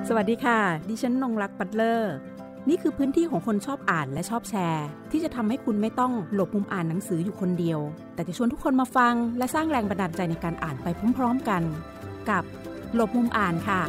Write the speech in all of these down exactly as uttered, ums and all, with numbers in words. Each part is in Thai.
สวัสดีค่ะดิฉันนงรักปัตเลอร์นี่คือพื้นที่ของคนชอบอ่านและชอบแชร์ที่จะทำให้คุณไม่ต้องหลบมุมอ่านหนังสืออยู่คนเดียวแต่จะชวนทุกคนมาฟังและสร้างแรงบันดาลใจในการอ่านไปพร้อมๆกันกับหลบมุมอ่านค่ะ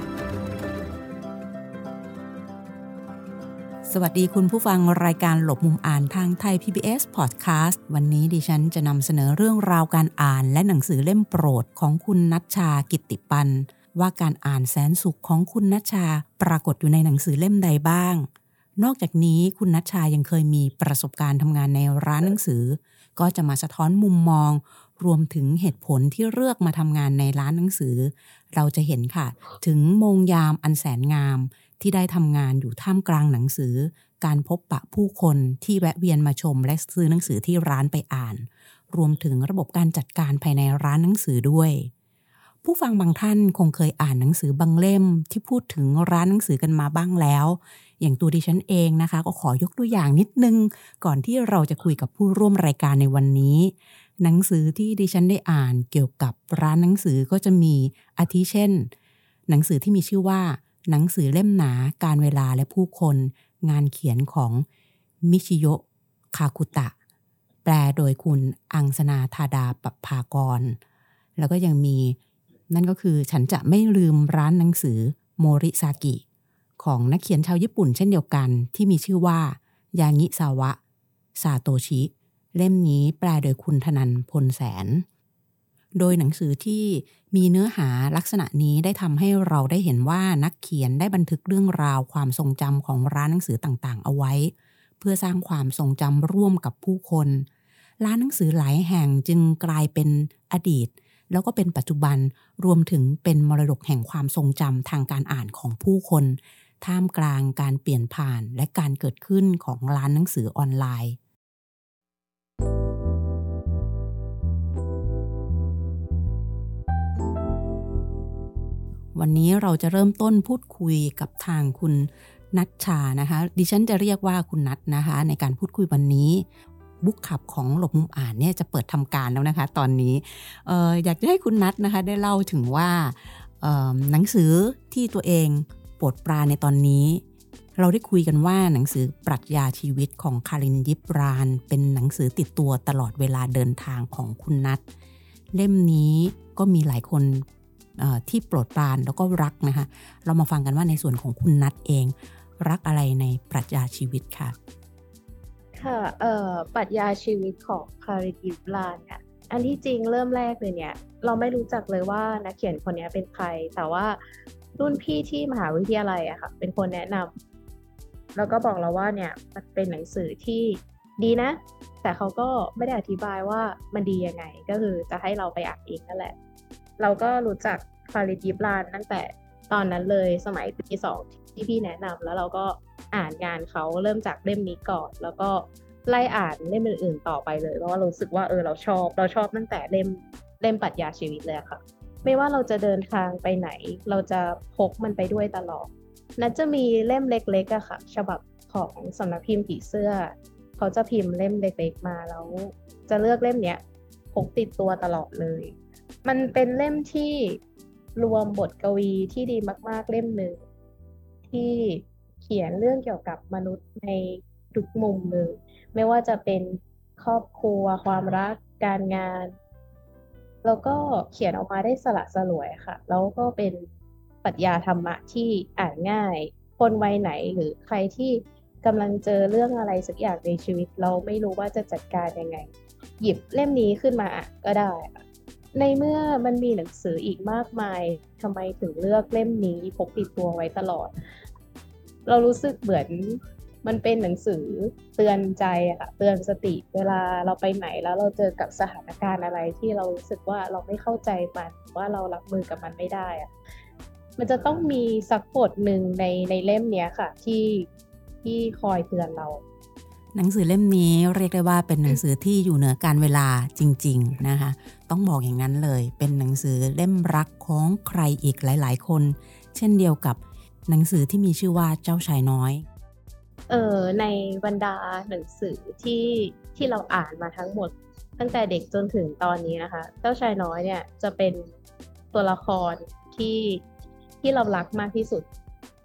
สวัสดีคุณผู้ฟังรายการหลบมุมอ่านทางไทย พี บี เอส Podcast วันนี้ดิฉันจะนำเสนอเรื่องราวการอ่านและหนังสือเล่มโปรดของคุณณัชชากิตติปันว่าการอ่านแสนสุขของคุณณัชชาปรากฏอยู่ในหนังสือเล่มใดบ้างนอกจากนี้คุณณัชชายังเคยมีประสบการณ์ทำงานในร้านหนังสือก็จะมาสะท้อนมุมมองรวมถึงเหตุผลที่เลือกมาทำงานในร้านหนังสือเราจะเห็นค่ะถึงโมงยามอันแสนงามที่ได้ทำงานอยู่ท่ามกลางหนังสือการพบปะผู้คนที่แวะเวียนมาชมและซื้อหนังสือที่ร้านไปอ่านรวมถึงระบบการจัดการภายในร้านหนังสือด้วยผู้ฟังบางท่านคงเคยอ่านหนังสือบางเล่มที่พูดถึงร้านหนังสือกันมาบ้างแล้วอย่างตัวดิฉันเองนะคะก็ขอยกตัวอย่างนิดนึงก่อนที่เราจะคุยกับผู้ร่วมรายการในวันนี้หนังสือที่ดิฉันได้อ่านเกี่ยวกับร้านหนังสือก็จะมีอาทิเช่นหนังสือที่มีชื่อว่าหนังสือเล่มหนาการเวลาและผู้คนงานเขียนของมิชิโยะคาคุตะแปลโดยคุณอังสนาธาดาปภากรแล้วก็ยังมีนั่นก็คือฉันจะไม่ลืมร้านหนังสือโมริซากิของนักเขียนชาวญี่ปุ่นเช่นเดียวกันที่มีชื่อว่ายางิซาวะซาโตชิเล่มนี้แปลโดยคุณธนันท์พลแสนโดยหนังสือที่มีเนื้อหาลักษณะนี้ได้ทำให้เราได้เห็นว่านักเขียนได้บันทึกเรื่องราวความทรงจำของร้านหนังสือต่างๆเอาไว้เพื่อสร้างความทรงจำร่วมกับผู้คนร้านหนังสือหลายแห่งจึงกลายเป็นอดีตแล้วก็เป็นปัจจุบันรวมถึงเป็นมรดกแห่งความทรงจำทางการอ่านของผู้คนท่ามกลางการเปลี่ยนผ่านและการเกิดขึ้นของร้านหนังสือออนไลน์วันนี้เราจะเริ่มต้นพูดคุยกับทางคุณณัชชานะคะดิฉันจะเรียกว่าคุณนัทนะคะในการพูดคุยวันนี้บุ๊กคลับของหลบมุมอ่านเนี่ยจะเปิดทำการแล้วนะคะตอนนี้เอ่ออยากจะให้คุณนัทนะคะได้เล่าถึงว่าเอ่อหนังสือที่ตัวเองโปรดปรานในตอนนี้เราได้คุยกันว่าหนังสือปรัชญาชีวิตของคารินยิปรานเป็นหนังสือติดตัวตลอดเวลาเดินทางของคุณนัทเล่มนี้ก็มีหลายคนที่โปรดปรานแล้วก็รักนะคะเรามาฟังกันว่าในส่วนของคุณนัทเองรักอะไรในปรัชญาชีวิตค่ะค่ะเอ่อปรัชญาชีวิตของคารินยิปรานเนี่ยอันที่จริงเริ่มแรกเลยเนี่ยเราไม่รู้จักเลยว่านักเขียนคนนี้เป็นใครแต่ว่ารุ่นพี่ที่มหาวิทยาลัยอะค่ะเป็นคนแนะนำแล้วก็บอกเราว่าเนี่ยมันเป็นหนังสือที่ดีนะแต่เขาก็ไม่ได้อธิบายว่ามันดียังไงก็คือจะให้เราไปอ่านเองนั่นแหละเราก็รู้จักคารินยิปรานตั้งแต่ตอนนั้นเลยสมัยปีสองที่พี่แนะนำแล้วเราก็อ่านงานเขาเริ่มจากเล่มนี้ก่อนแล้วก็ไล่อ่านเล่มอื่นๆต่อไปเลยเพราะว่ารู้สึกว่าเออเราชอบเราชอบตั้งแต่เล่มเล่มปรัชญาชีวิตเลยค่ะไม่ว่าเราจะเดินทางไปไหนเราจะพกมันไปด้วยตลอดนั้นจะมีเล่มเล็กๆอะค่ะฉบับของสำนักพิมพ์ผีเสื้อเขาจะพิมพ์เล่มเล็กๆมาแล้วจะเลือกเล่มเนี้ยพกติดตัวตลอดเลยมันเป็นเล่มที่รวมบทกวีที่ดีมากๆเล่มหนึ่งที่เขียนเรื่องเกี่ยวกับมนุษย์ในทุกมุมเลยไม่ว่าจะเป็นครอบครัวความรักการงานแล้วก็เขียนออกมาได้สละสลวยค่ะแล้วก็เป็นปรัชญาธรรมะที่อ่านง่ายคนวัยไหนหรือใครที่กำลังเจอเรื่องอะไรสักอย่างในชีวิตเราไม่รู้ว่าจะจัดการยังไงหยิบเล่มนี้ขึ้นมาอ่านก็ได้ในเมื่อมันมีหนังสืออีกมากมายทำไมถึงเลือกเล่มนี้พกติดตัวไว้ตลอดเรารู้สึกเหมือนมันเป็นหนังสือเตือนใจอะค่ะเตือนสติเวลาเราไปไหนแล้วเราเจอกับสถานการณ์อะไรที่เรารู้สึกว่าเราไม่เข้าใจมันว่าเรารับมือกับมันไม่ได้อะมันจะต้องมีสักบทหนึ่งในในเล่มเนี้ยค่ะที่ที่คอยเตือนเราหนังสือเล่มนี้เรียกได้ว่าเป็นหนังสือที่อยู่เหนือการเวลาจริงๆนะคะต้องบอกอย่างนั้นเลยเป็นหนังสือเล่มรักของใครอีกหลายๆคนเช่นเดียวกับหนังสือที่มีชื่อว่าเจ้าชายน้อยเออในบรรดาหนังสือที่ที่เราอ่านมาทั้งหมดตั้งแต่เด็กจนถึงตอนนี้นะคะเจ้าชายน้อยเนี่ยจะเป็นตัวละครที่ที่เรารักมากที่สุด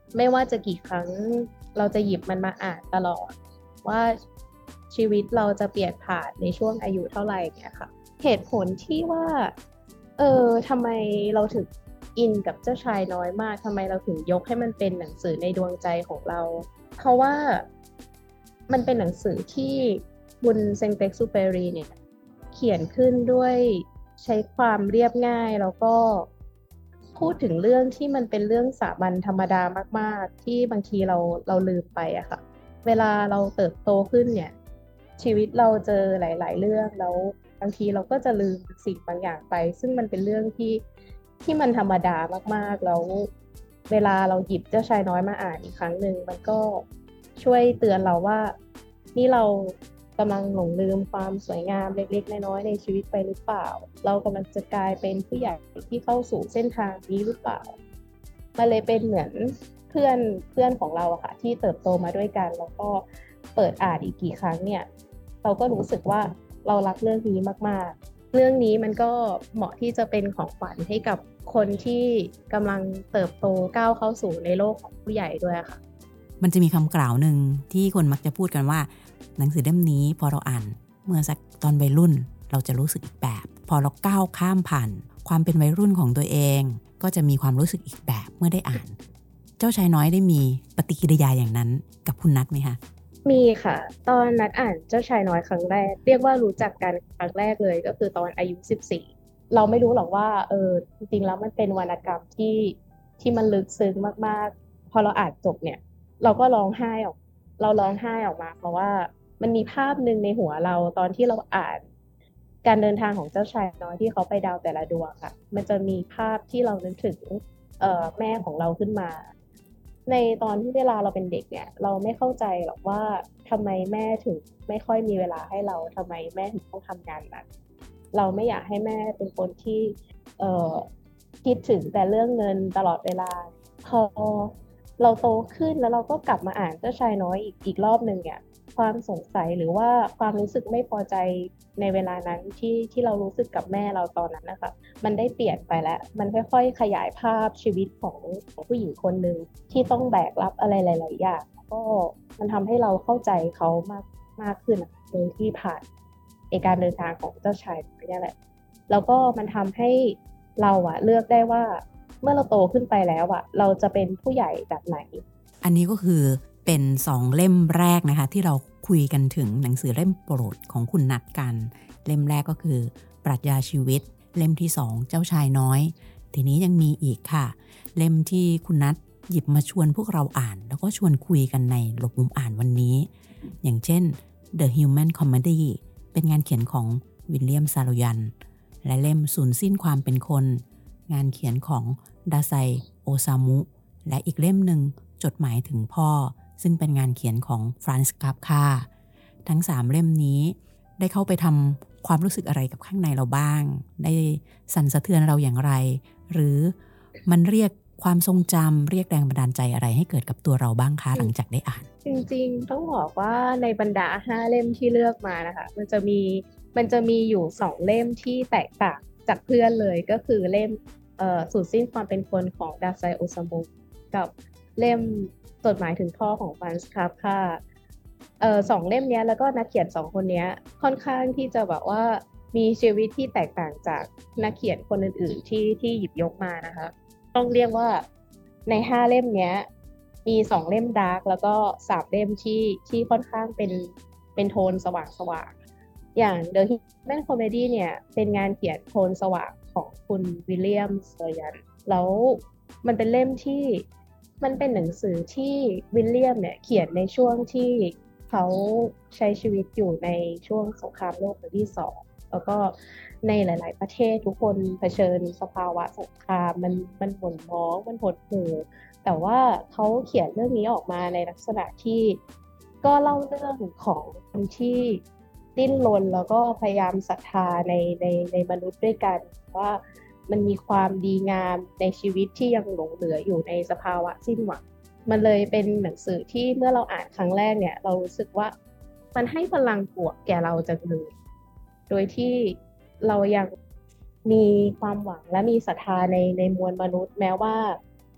ไม่ว่าจะกี่ครั้งเราจะหยิบมันมาอ่านตลอดว่าชีวิตเราจะเปลี่ยนผ่านในช่วงอายุเท่าไหร่เนี่ยค่ะเหตุผลที่ว่าเออทำไมเราถึงอินกับเจ้าชายน้อยมากทำไมเราถึงยกให้มันเป็นหนังสือในดวงใจของเราเพราะว่ามันเป็นหนังสือที่บุญเซงเต็กซูเปรีเนี่ยเขียนขึ้นด้วยใช้ความเรียบง่ายแล้วก็พูดถึงเรื่องที่มันเป็นเรื่องสามัญธรรมดามากๆที่บางทีเราเราลืมไปอะค่ะเวลาเราเติบโตขึ้นเนี่ยชีวิตเราเจอหลายๆเรื่องแล้วบางทีเราก็จะลืมสิ่งบางอย่างไปซึ่งมันเป็นเรื่องที่ที่มันธรรมดามากๆแล้วเวลาเราหยิบเจ้าชายน้อยมาอ่านอีกครั้งหนึ่งมันก็ช่วยเตือนเราว่านี่เรากำลังหลงลืมความสวยงามเล็กๆน้อยๆในชีวิตไปหรือเปล่าเรากำลังจะกลายเป็นผู้ใหญ่ที่เข้าสู่เส้นทางนี้หรือเปล่ามันเลยเป็นเหมือนเพื่อนเพื่อนของเราอะค่ะที่เติบโตมาด้วยกันแล้วก็เปิดอ่านอีกกี่ครั้งเนี่ยเราก็รู้สึกว่าเรารักเรื่องนี้มากๆเรื่องนี้มันก็เหมาะที่จะเป็นของขวัญให้กับคนที่กำลังเติบโตก้าวเข้าสู่ในโลกของผู้ใหญ่ด้วยค่ะมันจะมีคำกล่าวหนึ่งที่คนมักจะพูดกันว่าหนังสือเล่มนี้พอเราอ่านเมื่อสักตอนวัยรุ่นเราจะรู้สึกอีกแบบพอเราก้าวข้ามผ่านความเป็นวัยรุ่นของตัวเองก็จะมีความรู้สึกอีกแบบเมื่อได้อ่านเจ้าชายน้อยได้มีปฏิกิริยาอย่างนั้นกับคุณนัทไหมคะมีค่ะตอนนัดอ่านเจ้าชายน้อยครั้งแรกเรียกว่ารู้จักกันครั้งแรกเลยก็คือตอนอายุสิบสี่เราไม่รู้หรอกว่าเออจริงๆแล้วมันเป็นวรรณกรรมที่ที่มันลึกซึ้งมากๆพอเราอ่านจบเนี่ยเราก็ร้องไห้ออกเราร้องไห้ออกมาเพราะว่ามันมีภาพหนึ่งในหัวเราตอนที่เราอ่านการเดินทางของเจ้าชายน้อยที่เขาไปดาวแต่ละดวงค่ะมันจะมีภาพที่เรานึกถึงเอ่อแม่ของเราขึ้นมาในตอนที่เวลาเราเป็นเด็กเนี่ยเราไม่เข้าใจหรอกว่าทำไมแม่ถึงไม่ค่อยมีเวลาให้เราทำไมแม่ถึงต้องทำงานหนักเราไม่อยากให้แม่เป็นคนที่เอ่อคิดถึงแต่เรื่องเงินตลอดเวลาพอเราโตขึ้นแล้วเราก็กลับมาอ่านเจ้าชายน้อยอีกอีกรอบหนึ่งเนี่ยความสงสัยหรือว่าความรู้สึกไม่พอใจในเวลานั้นที่ที่เรารู้สึกกับแม่เราตอนนั้นนะคะมันได้เปลี่ยนไปแล้วมันค่อยๆขยายภาพชีวิตของของผู้หญิงคนหนึ่งที่ต้องแบกรับอะไรหลายๆอย่างก็มันทำให้เราเข้าใจเขามากมากขึ้นโดยที่ผ่านในการเดินทางของเจ้าชายนี่แหละแล้วก็มันทำให้เราอะเลือกได้ว่าเมื่อเราโตขึ้นไปแล้วอะเราจะเป็นผู้ใหญ่แบบไหนอันนี้ก็คือเป็นสองเล่มแรกนะคะที่เราคุยกันถึงหนังสือเล่มโปรดของคุณนัทกันเล่มแรกก็คือปรัชญาชีวิตเล่มที่สองเจ้าชายน้อยทีนี้ยังมีอีกค่ะเล่มที่คุณนัทหยิบมาชวนพวกเราอ่านแล้วก็ชวนคุยกันในหลบมุมอ่านวันนี้อย่างเช่น The Human Comedy เป็นงานเขียนของวิลเลียมซาโลยันและเล่มสูญสิ้นความเป็นคนงานเขียนของดาไซโอซามุและอีกเล่มหนึ่งจดหมายถึงพ่อซึ่งเป็นงานเขียนของฟรานซ์ คาฟคาทั้งสามเล่มนี้ได้เข้าไปทำความรู้สึกอะไรกับข้างในเราบ้างได้สั่นสะเทือนเราอย่างไรหรือมันเรียกความทรงจำเรียกแรงบันดาลใจอะไรให้เกิดกับตัวเราบ้างคะหลังจากได้อ่านจริงๆต้องบอกว่าในบรรดาห้าเล่มที่เลือกมานะคะมันจะมีมันจะมีอยู่สองเล่มที่แตกต่างจากเพื่อนเลยก็คือเล่มเอ่อสูญสิ้นความเป็นคนของดาไซโอซามุกับเล่มจดหมายถึงพ่อของฟรานซ์ คาฟคาเอ่อสองเล่มนี้แล้วก็นักเขียนสองคนนี้ค่อนข้างที่จะแบบว่ามีชีวิตที่แตกต่างจากนักเขียนคนอื่นๆที่ที่หยิบยกมานะคะต้องเรียกว่าในห้าเล่มนี้มีสองเล่มดาร์กแล้วก็สามเล่มที่ที่ค่อนข้างเป็นเป็นโทนสว่างๆอย่าง The Human Comedy เนี่ยเป็นงานเขียนโทนสว่างของคุณวิลเลียมเซอร์ยันแล้วมันเป็นเล่มที่มันเป็นหนังสือที่วิลเลียมเนี่ยเขียนในช่วงที่เขาใช้ชีวิตอยู่ในช่วงสงครามโลกครั้งที่สองแล้วก็ในหลายๆประเทศทุกคนเผชิญสภาวะสงครามมันมันหม่นหมองมันหดหู่แต่ว่าเขาเขียนเรื่องนี้ออกมาในลักษณะที่ก็เล่าเรื่องของคนที่ดิ้นรนแล้วก็พยายามศรัทธาในในในมนุษย์ด้วยกันว่ามันมีความดีงามในชีวิตที่ยังหลงเหลืออยู่ในสภาวะสิ้นหวังมันเลยเป็นหนังสือที่เมื่อเราอ่านครั้งแรกเนี่ยเรารู้สึกว่ามันให้พลังบวกแก่เราจังเลยโดยที่เรายังมีความหวังและมีศรัทธาในในมวลมนุษย์แม้ว่า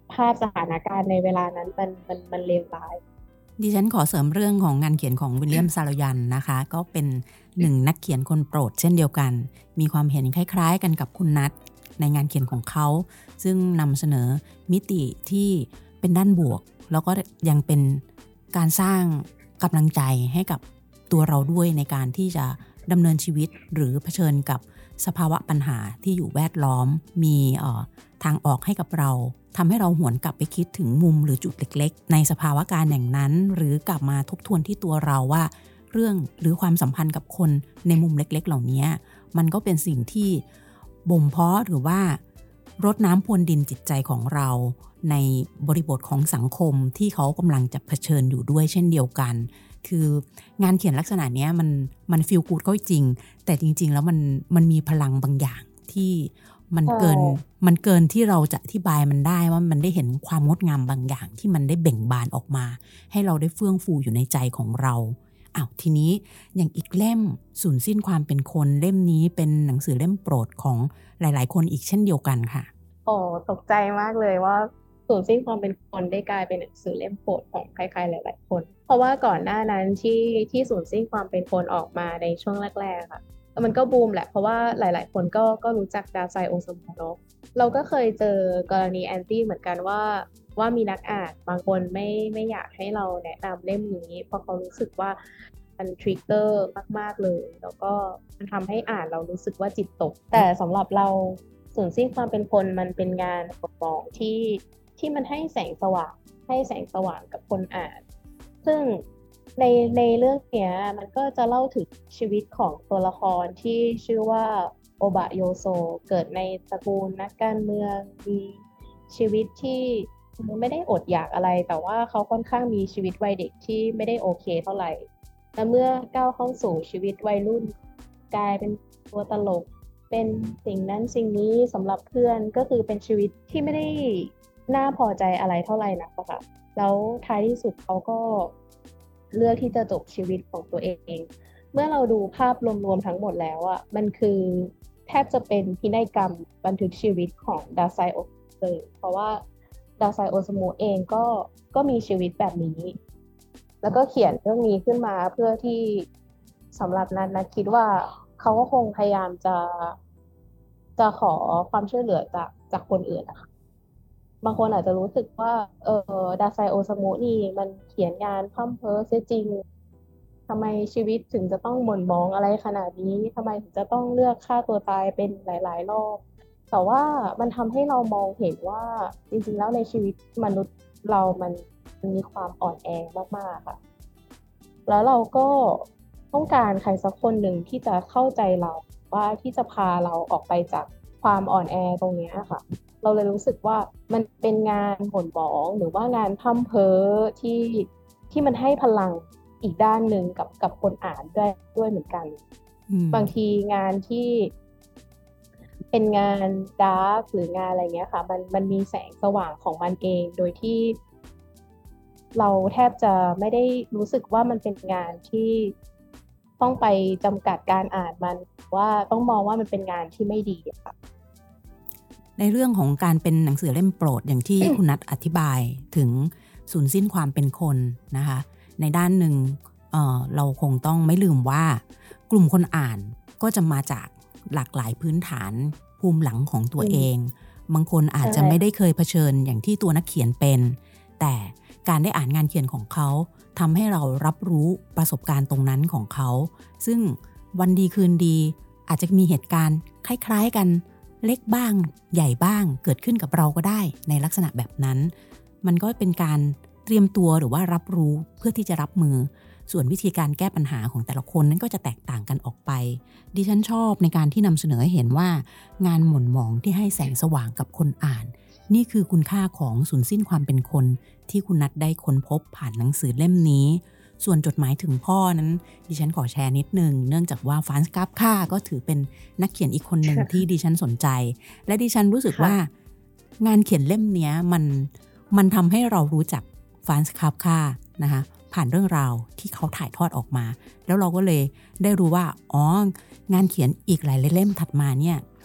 ภาพสถานการณ์ในเวลานั้นมันมันมันเลวร้ายดิฉันขอเสริมเรื่องของงานเขียนของวิลเลียมซาโลยันนะคะก็เป็นหนึ่งนักเขียนคนโปรดเช่นเดียวกันมีความเห็นคล้ายๆกันกับคุณนัทในงานเขียนของเขาซึ่งนำเสนอมิติที่เป็นด้านบวกแล้วก็ยังเป็นการสร้างกำลังใจให้กับตัวเราด้วยในการที่จะดำเนินชีวิตหรือเผชิญกับสภาวะปัญหาที่อยู่แวดล้อมมีเอ่อทางออกให้กับเราทำให้เราหวนกลับไปคิดถึงมุมหรือจุดเล็กๆในสภาวะการอย่างนั้นหรือกลับมาทบทวนที่ตัวเราว่าเรื่องหรือความสัมพันธ์กับคนในมุมเล็กๆเหล่านี้มันก็เป็นสิ่งที่บ่มเพาะหรือว่ารดน้ำพรวนดินจิตใจของเราในบริบทของสังคมที่เขากำลังจะเผชิญอยู่ด้วยเช่นเดียวกันคืองานเขียนลักษณะนี้มันมันฟีลกู๊ดก็จริงแต่จริงๆแล้วมันมันมีพลังบางอย่างที่มันเกินมันเกินที่เราจะอธิบายมันได้ว่ามันได้เห็นความงดงามบางอย่างที่มันได้เบ่งบานออกมาให้เราได้เฟื่องฟูอยู่ในใจของเราอ้าวทีนี้อย่างอีกเล่มสูญสิ้นความเป็นคนเล่มนี้เป็นหนังสือเล่มโปรดของหลายๆคนอีกเช่นเดียวกันค่ะโอ้ตกใจมากเลยว่าสูญสิ้นความเป็นคนได้กลายเป็นหนังสือเล่มโปรดของใครๆหลายๆคนเพราะว่าก่อนหน้านั้นที่ที่สูญสิ้นความเป็นคนออกมาในช่วงแรกๆค่ะมันก็บูมแหละเพราะว่าหลายๆคนก็ก็รู้จักดาไซโอซามุเนาะเราก็เคยเจอกรณีแอนตี้เหมือนกันว่าว่ามีนักอ่านบางคนไม่ไม่อยากให้เราแนะนำเล่มนี้เพราะเขารู้สึกว่ามันทริกเกอร์มากๆเลยแล้วก็มันทำให้อ่านเรารู้สึกว่าจิตตกแต่สำหรับเราสูญสิ้นความเป็นคนมันเป็นงานมองที่ที่มันให้แสงสว่างให้แสงสว่างกับคนอ่านซึ่งในในเรื่องเนี้ยมันก็จะเล่าถึงชีวิตของตัวละครที่ชื่อว่าโอบะโยโซเกิดในตระกูลนักการเมืองมีชีวิตที่ไม่ได้อดอยากอะไรแต่ว่าเขาค่อนข้างมีชีวิตวัยเด็กที่ไม่ได้โอเคเท่าไหร่และเมื่อก้าวเข้าสู่ชีวิตวัยรุ่นกลายเป็นตัวตลกเป็นสิ่งนั้นสิ่งนี้สำหรับเพื่อนก็คือเป็นชีวิตที่ไม่ได้น่าพอใจอะไรเท่าไหร่นักค่ะแล้วท้ายที่สุดเขาก็เลือกที่จะจบชีวิตของตัวเองเมื่อเราดูภาพรวมๆทั้งหมดแล้วอ่ะมันคือแทบจะเป็นพินัยกรรมบันทึกชีวิตของดาไซโอเลยเพราะว่าดาไซโอซามุเองก็ก็มีชีวิตแบบนี้แล้วก็เขียนเรื่องนี้ขึ้นมาเพื่อที่สำหรับนัทนะคิดว่าเขาก็คงพยายามจะจะขอความช่วยเหลือจากจากคนอื่นนะคะบางคนอาจจะรู้สึกว่าเออดาไซโอซามุนี่มันเขียนงานพร่ำเพ้อเสียจริงทำไมชีวิตถึงจะต้องหม่นหมองอะไรขนาดนี้ทำไมถึงจะต้องเลือกฆ่าตัวตายเป็นหลายๆรอบแต่ว่ามันทำให้เรามองเห็นว่าจริงๆแล้วในชีวิตมนุษย์เรามันมีความอ่อนแอมากๆค่ะแล้วเราก็ต้องการใครสักคนหนึ่งที่จะเข้าใจเราว่าที่จะพาเราออกไปจากความอ่อนแอตรงนี้ค่ะเราเลยรู้สึกว่ามันเป็นงานหม่นหมองหรือว่างานพร่ำเพ้อที่ที่มันให้พลังอีกด้านหนึ่งกับกับคนอ่านด้วยด้วยเหมือนกันบางทีงานที่เป็นงานดาร์กหรืองานอะไรเงี้ยค่ะมันมันมีแสงสว่างของมันเองโดยที่เราแทบจะไม่ได้รู้สึกว่ามันเป็นงานที่ต้องไปจำกัดการอ่านมันว่าต้องมองว่ามันเป็นงานที่ไม่ดีค่ะในเรื่องของการเป็นหนังสือเล่มโปรดอย่างที่ คุณนัทอธิบายถึงสูญสิ้นความเป็นคนนะคะในด้านหนึ่ง เอ่อ เราคงต้องไม่ลืมว่ากลุ่มคนอ่านก็จะมาจากหลากหลายพื้นฐานภูมิหลังของตัวเองบางคนอาจจะไม่ได้เคยเผชิญอย่างที่ตัวนักเขียนเป็นแต่การได้อ่านงานเขียนของเขาทำให้เรารับรู้ประสบการณ์ตรงนั้นของเขาซึ่งวันดีคืนดีอาจจะมีเหตุการณ์คล้ายๆกันเล็กบ้างใหญ่บ้างเกิดขึ้นกับเราก็ได้ในลักษณะแบบนั้นมันก็เป็นการเตรียมตัวหรือว่ารับรู้เพื่อที่จะรับมือส่วนวิธีการแก้ปัญหาของแต่ละคนนั้นก็จะแตกต่างกันออกไปดิฉันชอบในการที่นำเสนอให้เห็นว่างานหม่นหมองที่ให้แสงสว่างกับคนอ่านนี่คือคุณค่าของสูญสิ้นความเป็นคนที่คุณนัทได้ค้นพบผ่านหนังสือเล่มนี้ส่วนจดหมายถึงพ่อนั้นดิฉันขอแชร์นิดนึงเนื่องจากว่าฟรานซ์ กราฟคาก็ถือเป็นนักเขียนอีกคนหนึ่งที่ดิฉันสนใจและดิฉันรู้สึกว่างานเขียนเล่มนี้มันมันทำให้เรารู้จักฟรานซ์ กราฟคานะคะผ่านเรื่องราวที่เขาถ่ายทอดออกมาแล้วเราก็เลยได้รู้ว่าอ๋องานเขียนอีกหลายเล่มถัดมาเนี่ย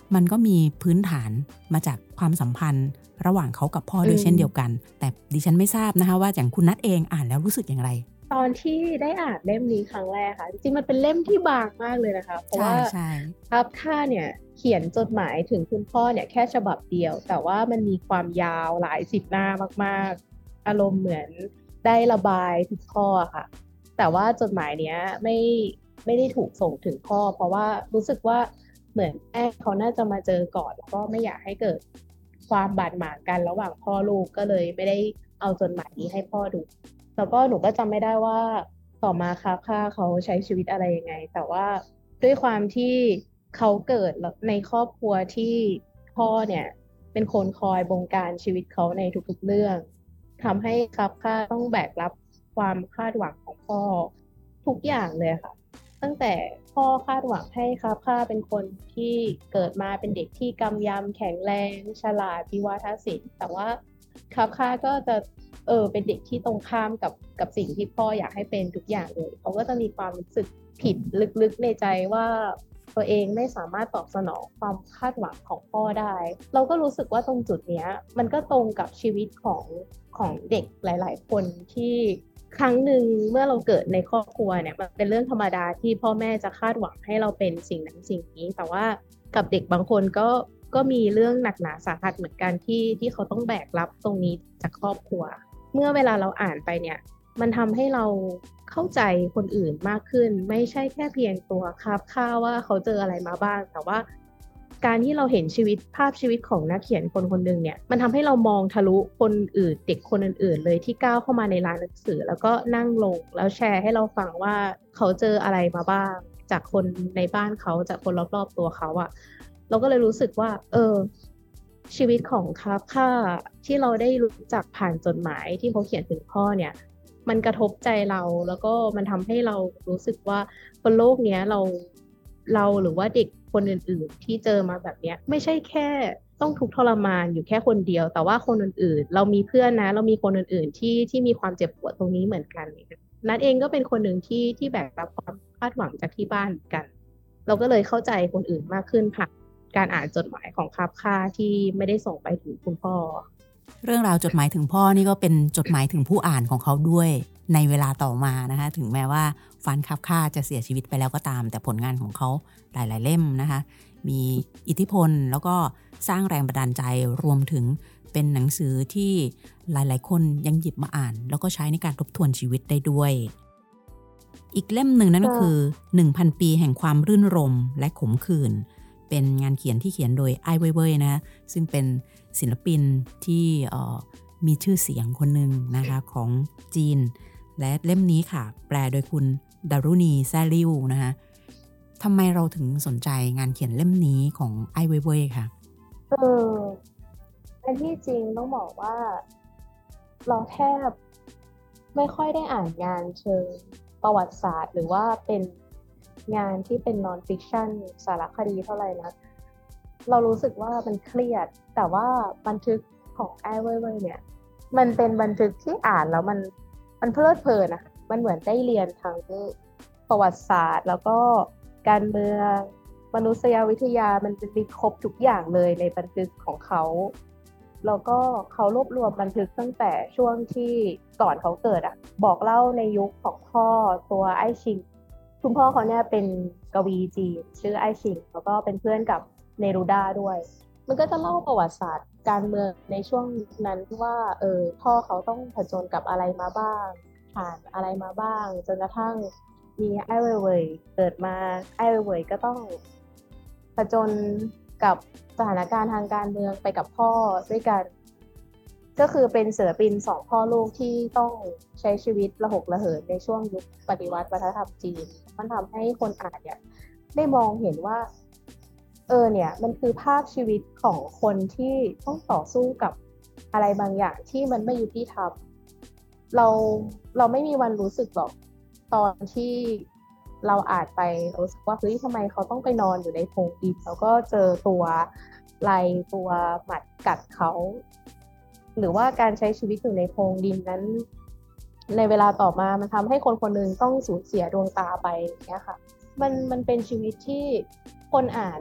มันก็มีพื้นฐานมาจากความสัมพันธ์ระหว่างเขากับพ่อด้วยเช่นเดียวกันแต่ดิฉันไม่ทราบนะคะว่าอย่างคุณนัทเองอ่านแล้วรู้สึกอย่างไรตอนที่ได้อ่านเล่มนี้ครั้งแรกค่ะจริงๆมันเป็นเล่มที่บางมากเลยนะคะเพราะว่าครับค่าเนี่ยเขียนจดหมายถึงคุณพ่อเนี่ยแค่ฉบับเดียวแต่ว่ามันมีความยาวหลายสิบหน้ามากๆอารมณ์เหมือนได้ระบายถึงพ่อค่ะแต่ว่าจดหมายเนี้ยไม่ไม่ได้ถูกส่งถึงพ่อเพราะว่ารู้สึกว่าเหมือนแม่เขาน่าจะมาเจอก่อนแล้วก็ไม่อยากให้เกิดความบาดหมางกันระหว่างพ่อลูกก็เลยไม่ได้เอาจดหมายนี้ให้พ่อดูแล้วก็หนูก็จำไม่ได้ว่าต่อมาคาค่าเขาใช้ชีวิตอะไรยังไงแต่ว่าด้วยความที่เขาเกิดในครอบครัวที่พ่อเนี่ยเป็นคนคอยบงการชีวิตเขาในทุกๆเรื่องทำให้คาค่าต้องแบกรับความคาดหวังของพ่อทุกอย่างเลยค่ะตั้งแต่พ่อคาดหวังให้คาค่าเป็นคนที่เกิดมาเป็นเด็กที่กำยำแข็งแรงฉลาดวิวาทศิลป์แต่ว่าคาค่าก็จะเออเป็นเด็กที่ตรงข้ามกับกับสิ่งที่พ่ออยากให้เป็นทุกอย่างเลยเขาก็จะมีความรู้สึกผิดลึกๆในใจว่าตัวเองไม่สามารถตอบสนองความคาดหวังของพ่อได้เราก็รู้สึกว่าตรงจุดเนี้ยมันก็ตรงกับชีวิตของของเด็กหลายๆคนที่ครั้งหนึ่งเมื่อเราเกิดในครอบครัวเนี่ยมันเป็นเรื่องธรรมดาที่พ่อแม่จะคาดหวังให้เราเป็นสิ่งนั้นสิ่งนี้แต่ว่ากับเด็กบางคนก็ก็มีเรื่องหนักหนาสาหัสเหมือนกันที่ที่เขาต้องแบกรับตรงนี้จากครอบครัวเมื่อเวลาเราอ่านไปเนี่ยมันทำให้เราเข้าใจคนอื่นมากขึ้นไม่ใช่แค่เพียงตัวคาบค่าว่าเขาเจออะไรมาบ้างแต่ว่าการที่เราเห็นชีวิตภาพชีวิตของนักเขียนคนคนหนึ่งเนี่ยมันทำให้เรามองทะลุคนอื่นเด็กคนอื่นๆเลยที่ก้าวเข้ามาในร้านหนังสือแล้วก็นั่งลงแล้วแชร์ให้เราฟังว่าเขาเจออะไรมาบ้างจากคนในบ้านเขาจากคนรอบๆตัวเขาอะเราก็เลยรู้สึกว่าเออชีวิตของคาฟค่าที่เราได้รู้จักผ่านจดหมายที่เขาเขียนถึงพ่อเนี่ยมันกระทบใจเราแล้วก็มันทำให้เรารู้สึกว่าบนโลกนี้เราเราหรือว่าเด็กคนอื่นๆที่เจอมาแบบนี้ไม่ใช่แค่ต้องทุกข์ทรมานอยู่แค่คนเดียวแต่ว่าคนอื่นๆเรามีเพื่อนนะเรามีคนอื่นๆที่ที่มีความเจ็บปวดตรงนี้เหมือนกันนัทเองก็เป็นคนหนึ่งที่ที่แบกรับความคาดหวังจากที่บ้านกันเราก็เลยเข้าใจคนอื่นมากขึ้นผ่านการอ่านจดหมายของคาฟค่าที่ไม่ได้ส่งไปถึงคุณพ่อเรื่องราวจดหมายถึงพ่อนี่ก็เป็นจดหมายถึงผู้อ่านของเขาด้วยในเวลาต่อมานะคะถึงแม้ว่าฟรานซ์ คาฟคาจะเสียชีวิตไปแล้วก็ตามแต่ผลงานของเขาหลายๆเล่มนะคะมีอิทธิพลแล้วก็สร้างแรงบันดาลใจรวมถึงเป็นหนังสือที่หลายๆคนยังหยิบมาอ่านแล้วก็ใช้ในการทบทวนชีวิตได้ด้วยอีกเล่มหนึ่งนั่นก็คือ หนึ่งพัน ปีแห่งความรื่นรมย์และขมขื่นเป็นงานเขียนที่เขียนโดยไอ้เว่ยเว่ยนะซึ่งเป็นศิลปินที่มีชื่อเสียงคนหนึ่งนะคะของจีนและเล่มนี้ค่ะแปลโดยคุณดารุณีแซ่ริ้วนะคะทำไมเราถึงสนใจงานเขียนเล่มนี้ของไอ้เว่ยเว่ยค่ะเออในที่จริงต้องบอกว่าเราแทบไม่ค่อยได้อ่านงานเชิงประวัติศาสตร์หรือว่าเป็นงานที่เป็นนอนฟิกชันสารคดีเท่าไหร่นะเรารู้สึกว่ามันเครียดแต่ว่าบันทึกของไอ้เว่ยเว่ยเนี่ยมันเป็นบันทึกที่อ่านแล้วมันมันเพลิดเพลินนะคะมันเหมือนได้เรียนทั้งประวัติศาสตร์แล้วก็การเมืองมนุษยวิทยามันจะมีครบทุกอย่างเลยในบันทึกของเขาแล้วก็เขารวบรวมบันทึกตั้งแต่ช่วงที่ก่อนเขาเกิดอ่ะบอกเล่าในยุคของพ่อตัวไอ้ชิงคุณพ่อเขาเนี่ยเป็นกวีจีนชื่อไอ้ชิงแล้วก็เป็นเพื่อนกับเนรูดาด้วยมันก็จะเล่าประวัติศาสตร์การเมืองในช่วงนั้นว่าเออพ่อเขาต้องผจญกับอะไรมาบ้างผ่านอะไรมาบ้างจนกระทั่งมีไอ้เว่ยเว่ยเกิดมาไอ้เว่ยเว่ยก็ต้องผจญกับสถานการณ์ทางการเมืองไปกับพ่อด้วยกันก็คือเป็นศิลปินสองพ่อลูกที่ต้องใช้ชีวิตระหกระเหินในช่วงยุคปฏิวัติวัฒนธรรมจีนมันทำให้คนอ่านเนี่ยได้มองเห็นว่าเออเนี่ยมันคือภาพชีวิตของคนที่ต้องต่อสู้กับอะไรบางอย่างที่มันไม่ยุติธรรมเราเราไม่มีวันรู้สึกหรอกตอนที่เราอ่านไปรู้สึกว่าเฮ้ยทำไมเขาต้องไปนอนอยู่ในโพรงดินแล้วก็เจอตัวลายตัวหมัดกัดเขาหรือว่าการใช้ชีวิตอยู่ในโพรงดินนั้นในเวลาต่อมามันทำให้คนคนหนึ่งต้องสูญเสียดวงตาไปอย่างเงี้ยค่ะมันมันเป็นชีวิตที่คนอ่าน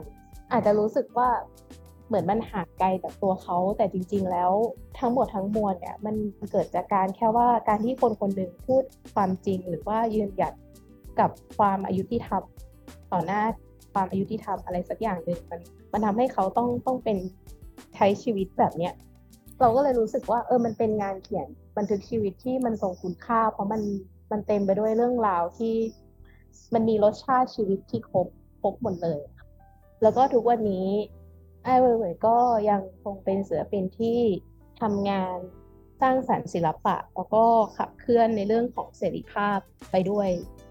อาจจะรู้สึกว่าเหมือนมันห่างไกลจากตัวเขาแต่จริงๆแล้วทั้งหมดทั้งมวลเนี่ยมันเกิดจากการแค่ว่าการที่คนคนหนึ่งพูดความจริงหรือว่ายืนหยัดกับความอายุที่ทำต่อหน้าความอายุที่ทำอะไรสักอย่างหนึ่งมันมันทำให้เขาต้องต้องเป็นใช้ชีวิตแบบเนี้ยเราก็เลยรู้สึกว่าเออมันเป็นงานเขียนบันทึกชีวิตที่มันทรงคุณค่าเพราะมันมันเต็มไปด้วยเรื่องราวที่มันมีรสชาติชีวิตที่ครบครบหมดเลยแล้วก็ทุกวันนี้ไอ้เว่ยๆก็ยังคงเป็นศิลปินที่ทำงานสร้างสรรค์ศิลปะแล้วก็ขับเคลื่อนในเรื่องของเสรีภาพไปด้วย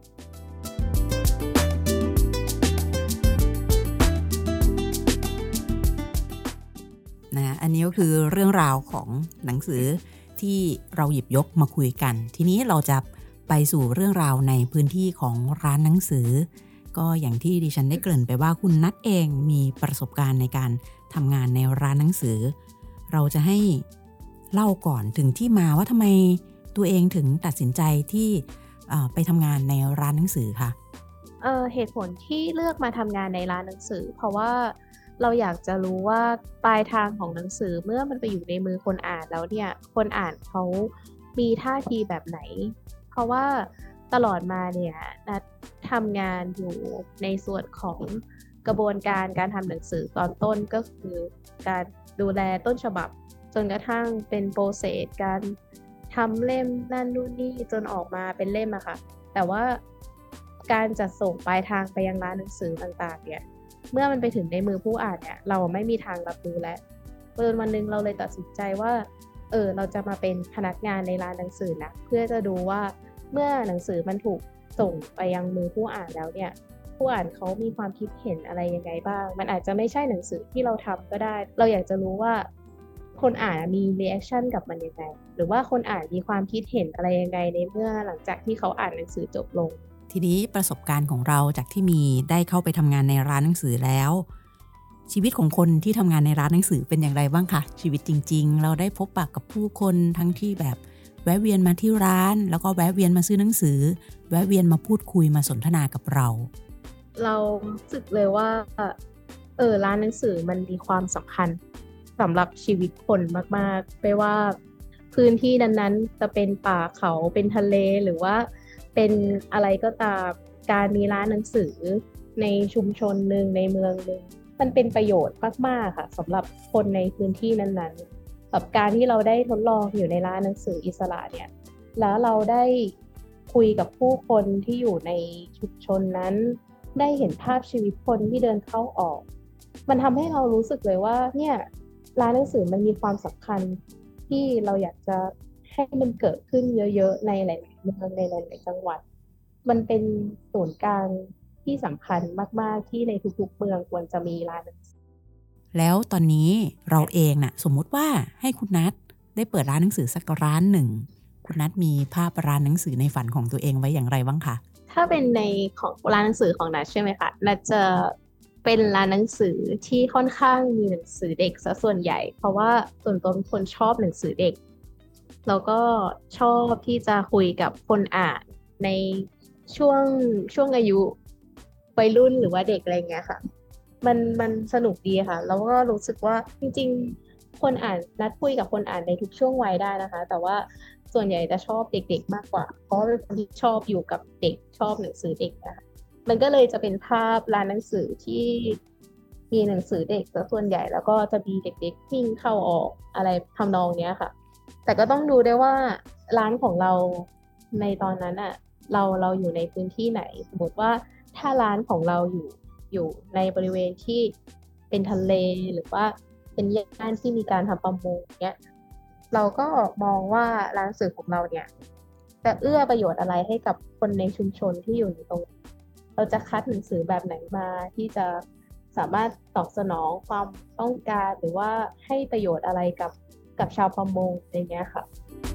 นะอันนี้ก็คือเรื่องราวของหนังสือที่เราหยิบยกมาคุยกันทีนี้เราจะไปสู่เรื่องราวในพื้นที่ของร้านหนังสือก็อย่างที่ดิฉันได้เกริ่นไปว่าคุณนัทเองมีประสบการณ์ในการทำงานในร้านหนังสือเราจะให้เล่าก่อนถึงที่มาว่าทำไมตัวเองถึงตัดสินใจที่ไปทำงานในร้านหนังสือคะเอ่อเหตุผลที่เลือกมาทำงานในร้านหนังสือเพราะว่าเราอยากจะรู้ว่าปลายทางของหนังสือเมื่อมันไปอยู่ในมือคนอ่านแล้วเนี่ยคนอ่านเขามีท่าทีแบบไหนเพราะว่าตลอดมาเนี่ยนัททำงานอยู่ในส่วนของกระบวนการการทำหนังสือตอนต้นก็คือการดูแลต้นฉบับจนกระทั่งเป็นโปรเซสการทำเล่มนั่นนู่นนี่จนออกมาเป็นเล่มอะค่ะแต่ว่าการจัดส่งปลายทางไปยังร้านหนังสือต่างๆเนี่ยเมื่อมันไปถึงในมือผู้อ่านเนี่ยเราไม่มีทางรับรู้แล้วจนวันนึงเราเลยตัดสินใจว่าเออเราจะมาเป็นพนักงานในร้านหนังสือนะเพื่อจะดูว่าเมื่อหนังสือมันถูกส่งไปยังมือผู้อ่านแล้วเนี่ยผู้อ่านเขามีความคิดเห็นอะไรยังไงบ้างมันอาจจะไม่ใช่หนังสือที่เราทำก็ได้เราอยากจะรู้ว่าคนอ่านมีรีแอคชั่นกับมันยังไงหรือว่าคนอ่านมีความคิดเห็นอะไรยังไงในเมื่อหลังจากที่เขาอ่านหนังสือจบลงทีนี้ประสบการณ์ของเราจากที่มีได้เข้าไปทำงานในร้านหนังสือแล้วชีวิตของคนที่ทำงานในร้านหนังสือเป็นอย่างไรบ้างคะชีวิตจริงๆเราได้พบปะกับผู้คนทั้งที่แบบแวะเวียนมาที่ร้านแล้วก็แวะเวียนมาซื้อหนังสือแวะเวียนมาพูดคุยมาสนทนากับเราเรารู้สึกเลยว่าเออร้านหนังสือมันมีความสำคัญสำหรับชีวิตคนมากๆไม่ว่าพื้นที่นั้นๆจะเป็นป่าเขาเป็นทะเลหรือว่าเป็นอะไรก็ตามการมีร้านหนังสือในชุมชนหนึ่งในเมืองหนึ่งมันเป็นประโยชน์มากๆค่ะสำหรับคนในพื้นที่นั้นๆกับการที่เราได้ทดลองอยู่ในร้านหนังสืออิสระเนี่ยแล้วเราได้คุยกับผู้คนที่อยู่ในชุมชนนั้นได้เห็นภาพชีวิตคนที่เดินเข้าออกมันทำให้เรารู้สึกเลยว่าเนี่ยร้านหนังสือมันมีความสำคัญที่เราอยากจะให้มันเกิดขึ้นเยอะๆในหลายๆเมืองในหลายๆจังหวัดมันเป็นศูนย์กลางที่สำคัญมากๆที่ในทุกๆเมืองควรจะมีร้านหนังสือแล้วตอนนี้เราเองน่ะสมมุติว่าให้คุณนัทได้เปิดร้านหนังสือสักร้านหนึ่งคุณนัทมีภาพร้านหนังสือในฝันของตัวเองไว้อย่างไรบ้างคะถ้าเป็นในของร้านหนังสือของนัทใช่ไหมคะนัทจะเป็นร้านหนังสือที่ค่อนข้างมีหนังสือเด็กซะส่วนใหญ่เพราะว่าส่วนตัวเป็นคนชอบหนังสือเด็กแล้วก็ชอบที่จะคุยกับคนอ่านในช่วงช่วงอายุวัยรุ่นหรือว่าเด็กอะไรเงี้ยค่ะมันมันสนุกดีค่ะแล้วก็รู้สึกว่าจริงๆคนอ่านนัดคุยกับคนอ่านในทุกช่วงวัยได้นะคะแต่ว่าส่วนใหญ่จะชอบเด็กๆมากกว่าเพราะเป็นคนที่ชอบอยู่กับเด็กชอบหนังสือเด็กนะคะมันก็เลยจะเป็นภาพร้านหนังสือที่มีหนังสือเด็กซะส่วนใหญ่แล้วก็จะมีเด็กๆวิ่งเข้าออกอะไรทำนองเนี้ยค่ะแต่ก็ต้องดูด้วยว่าร้านของเราในตอนนั้นอ่ะเราเราอยู่ในพื้นที่ไหนสมมติว่าถ้าร้านของเราอยู่อยู่ในบริเวณที่เป็นทะเลหรือว่าเป็นย่านที่มีการทำประมงเนี้ยเราก็มองว่าร้านหนังสือของเราเนี่ยจะเอื้อประโยชน์อะไรให้กับคนในชุมชนที่อยู่ในตรงเราจะคัดหนังสือแบบไหนมาที่จะสามารถตอบสนองความต้องการหรือว่าให้ประโยชน์อะไรกับกับชาวประมงอย่างเงี้ยค่ะ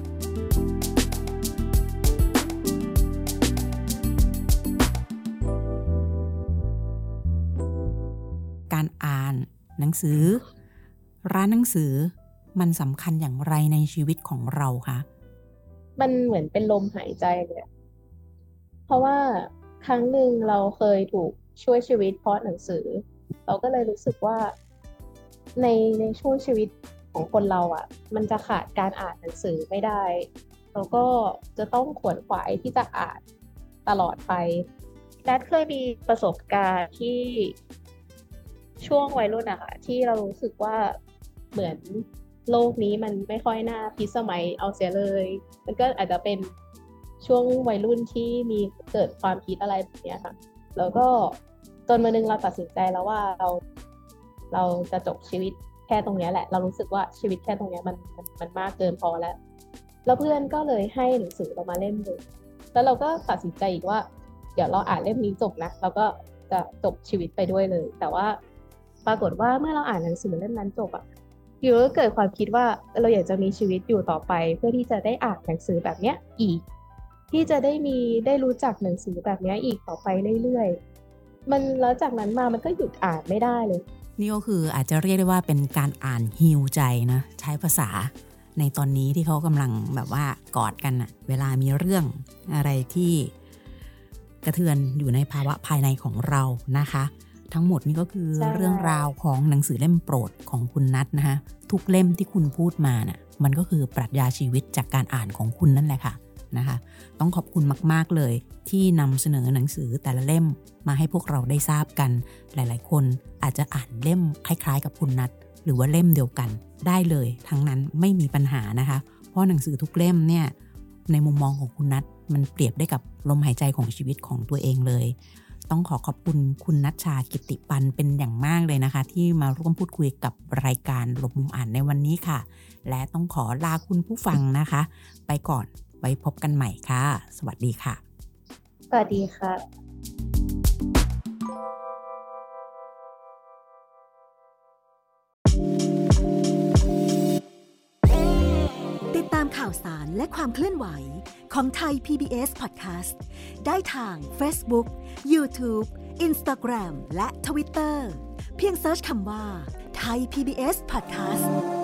การอ่านหนังสือร้านหนังสือมันสำคัญอย่างไรในชีวิตของเราคะมันเหมือนเป็นลมหายใจเลยเพราะว่าครั้งหนึ่งเราเคยถูกช่วยชีวิตเพราะหนังสือเราก็เลยรู้สึกว่าในในช่วงชีวิตของคนเราอ่ะมันจะขาดการอ่านหนังสือไม่ได้แล้วก็จะต้องขวนขวายที่จะอ่านตลอดไปนัทเคยมีประสบการณ์ที่ช่วงวัยรุ่นอะค่ะที่เรารู้สึกว่าเหมือนโลกนี้มันไม่ค่อยน่าพิสมัยเอาเสียเลยมันก็อาจจะเป็นช่วงวัยรุ่นที่มีเกิดความคิดอะไรแบบนี้ค่ะแล้วก็จนวันนึงเราตัดสินใจแล้วว่าเราเราจะจบชีวิตแค่ตรงนี้แหละเรารู้สึกว่าชีวิตแค่ตรงนี้มันมันมันมากเกินพอแล้วแล้วเพื่อนก็เลยให้หนังสือเรามาเล่มนึงแล้วเราก็ตัดสินใจอีกว่าเดี๋ยวเราอ่านเล่มนี้จบนะเราก็จะจบชีวิตไปด้วยเลยแต่ว่าปรากฏว่าเมื่อเราอ่านหนังสือเล่มนั้นจบอะอยู่ก็เกิดความคิดว่าเราอยากจะมีชีวิตอยู่ต่อไปเพื่อที่จะได้อ่านหนังสือแบบเนี้ยอีกที่จะได้มีได้รู้จักหนังสือแบบนี้อีกต่อไปเรื่อยๆมันแล้วจากนั้นมามันก็หยุดอ่านไม่ได้เลยนี่ก็คืออาจจะเรียกได้ว่าเป็นการอ่านฮีลใจนะใช้ภาษาในตอนนี้ที่เขากำลังแบบว่ากอดกันอะเวลามีเรื่องอะไรที่กระเทือนอยู่ในภาวะภายในของเรานะคะทั้งหมดนี้ก็คือเรื่องราวของหนังสือเล่มโปรดของคุณนัทนะคะทุกเล่มที่คุณพูดมาน่ะมันก็คือปรัชญาชีวิตจากการอ่านของคุณนั่นแหละค่ะนะคะต้องขอบคุณมากๆเลยที่นำเสนอหนังสือแต่ละเล่มมาให้พวกเราได้ทราบกันหลายๆคนอาจจะอ่านเล่มคล้ายๆกับคุณนัทหรือว่าเล่มเดียวกันได้เลยทั้งนั้นไม่มีปัญหานะคะเพราะหนังสือทุกเล่มเนี่ยในมุมมองของคุณนัทมันเปรียบได้กับลมหายใจของชีวิตของตัวเองเลยต้องขอขอบคุณคุณณัชชากิตติปันเป็นอย่างมากเลยนะคะที่มาร่วมพูดคุยกับรายการหลบมุมอ่านในวันนี้ค่ะและต้องขอลาคุณผู้ฟังนะคะไปก่อนไว้พบกันใหม่ค่ะสวัสดีค่ะสวัสดีค่ะติดตามข่าวสารและความเคลื่อนไหวของไทย พี บี เอส Podcast ได้ทาง Facebook, YouTube, Instagram และ Twitter เพียงเสิร์ชคำว่า Thai พี บี เอส Podcast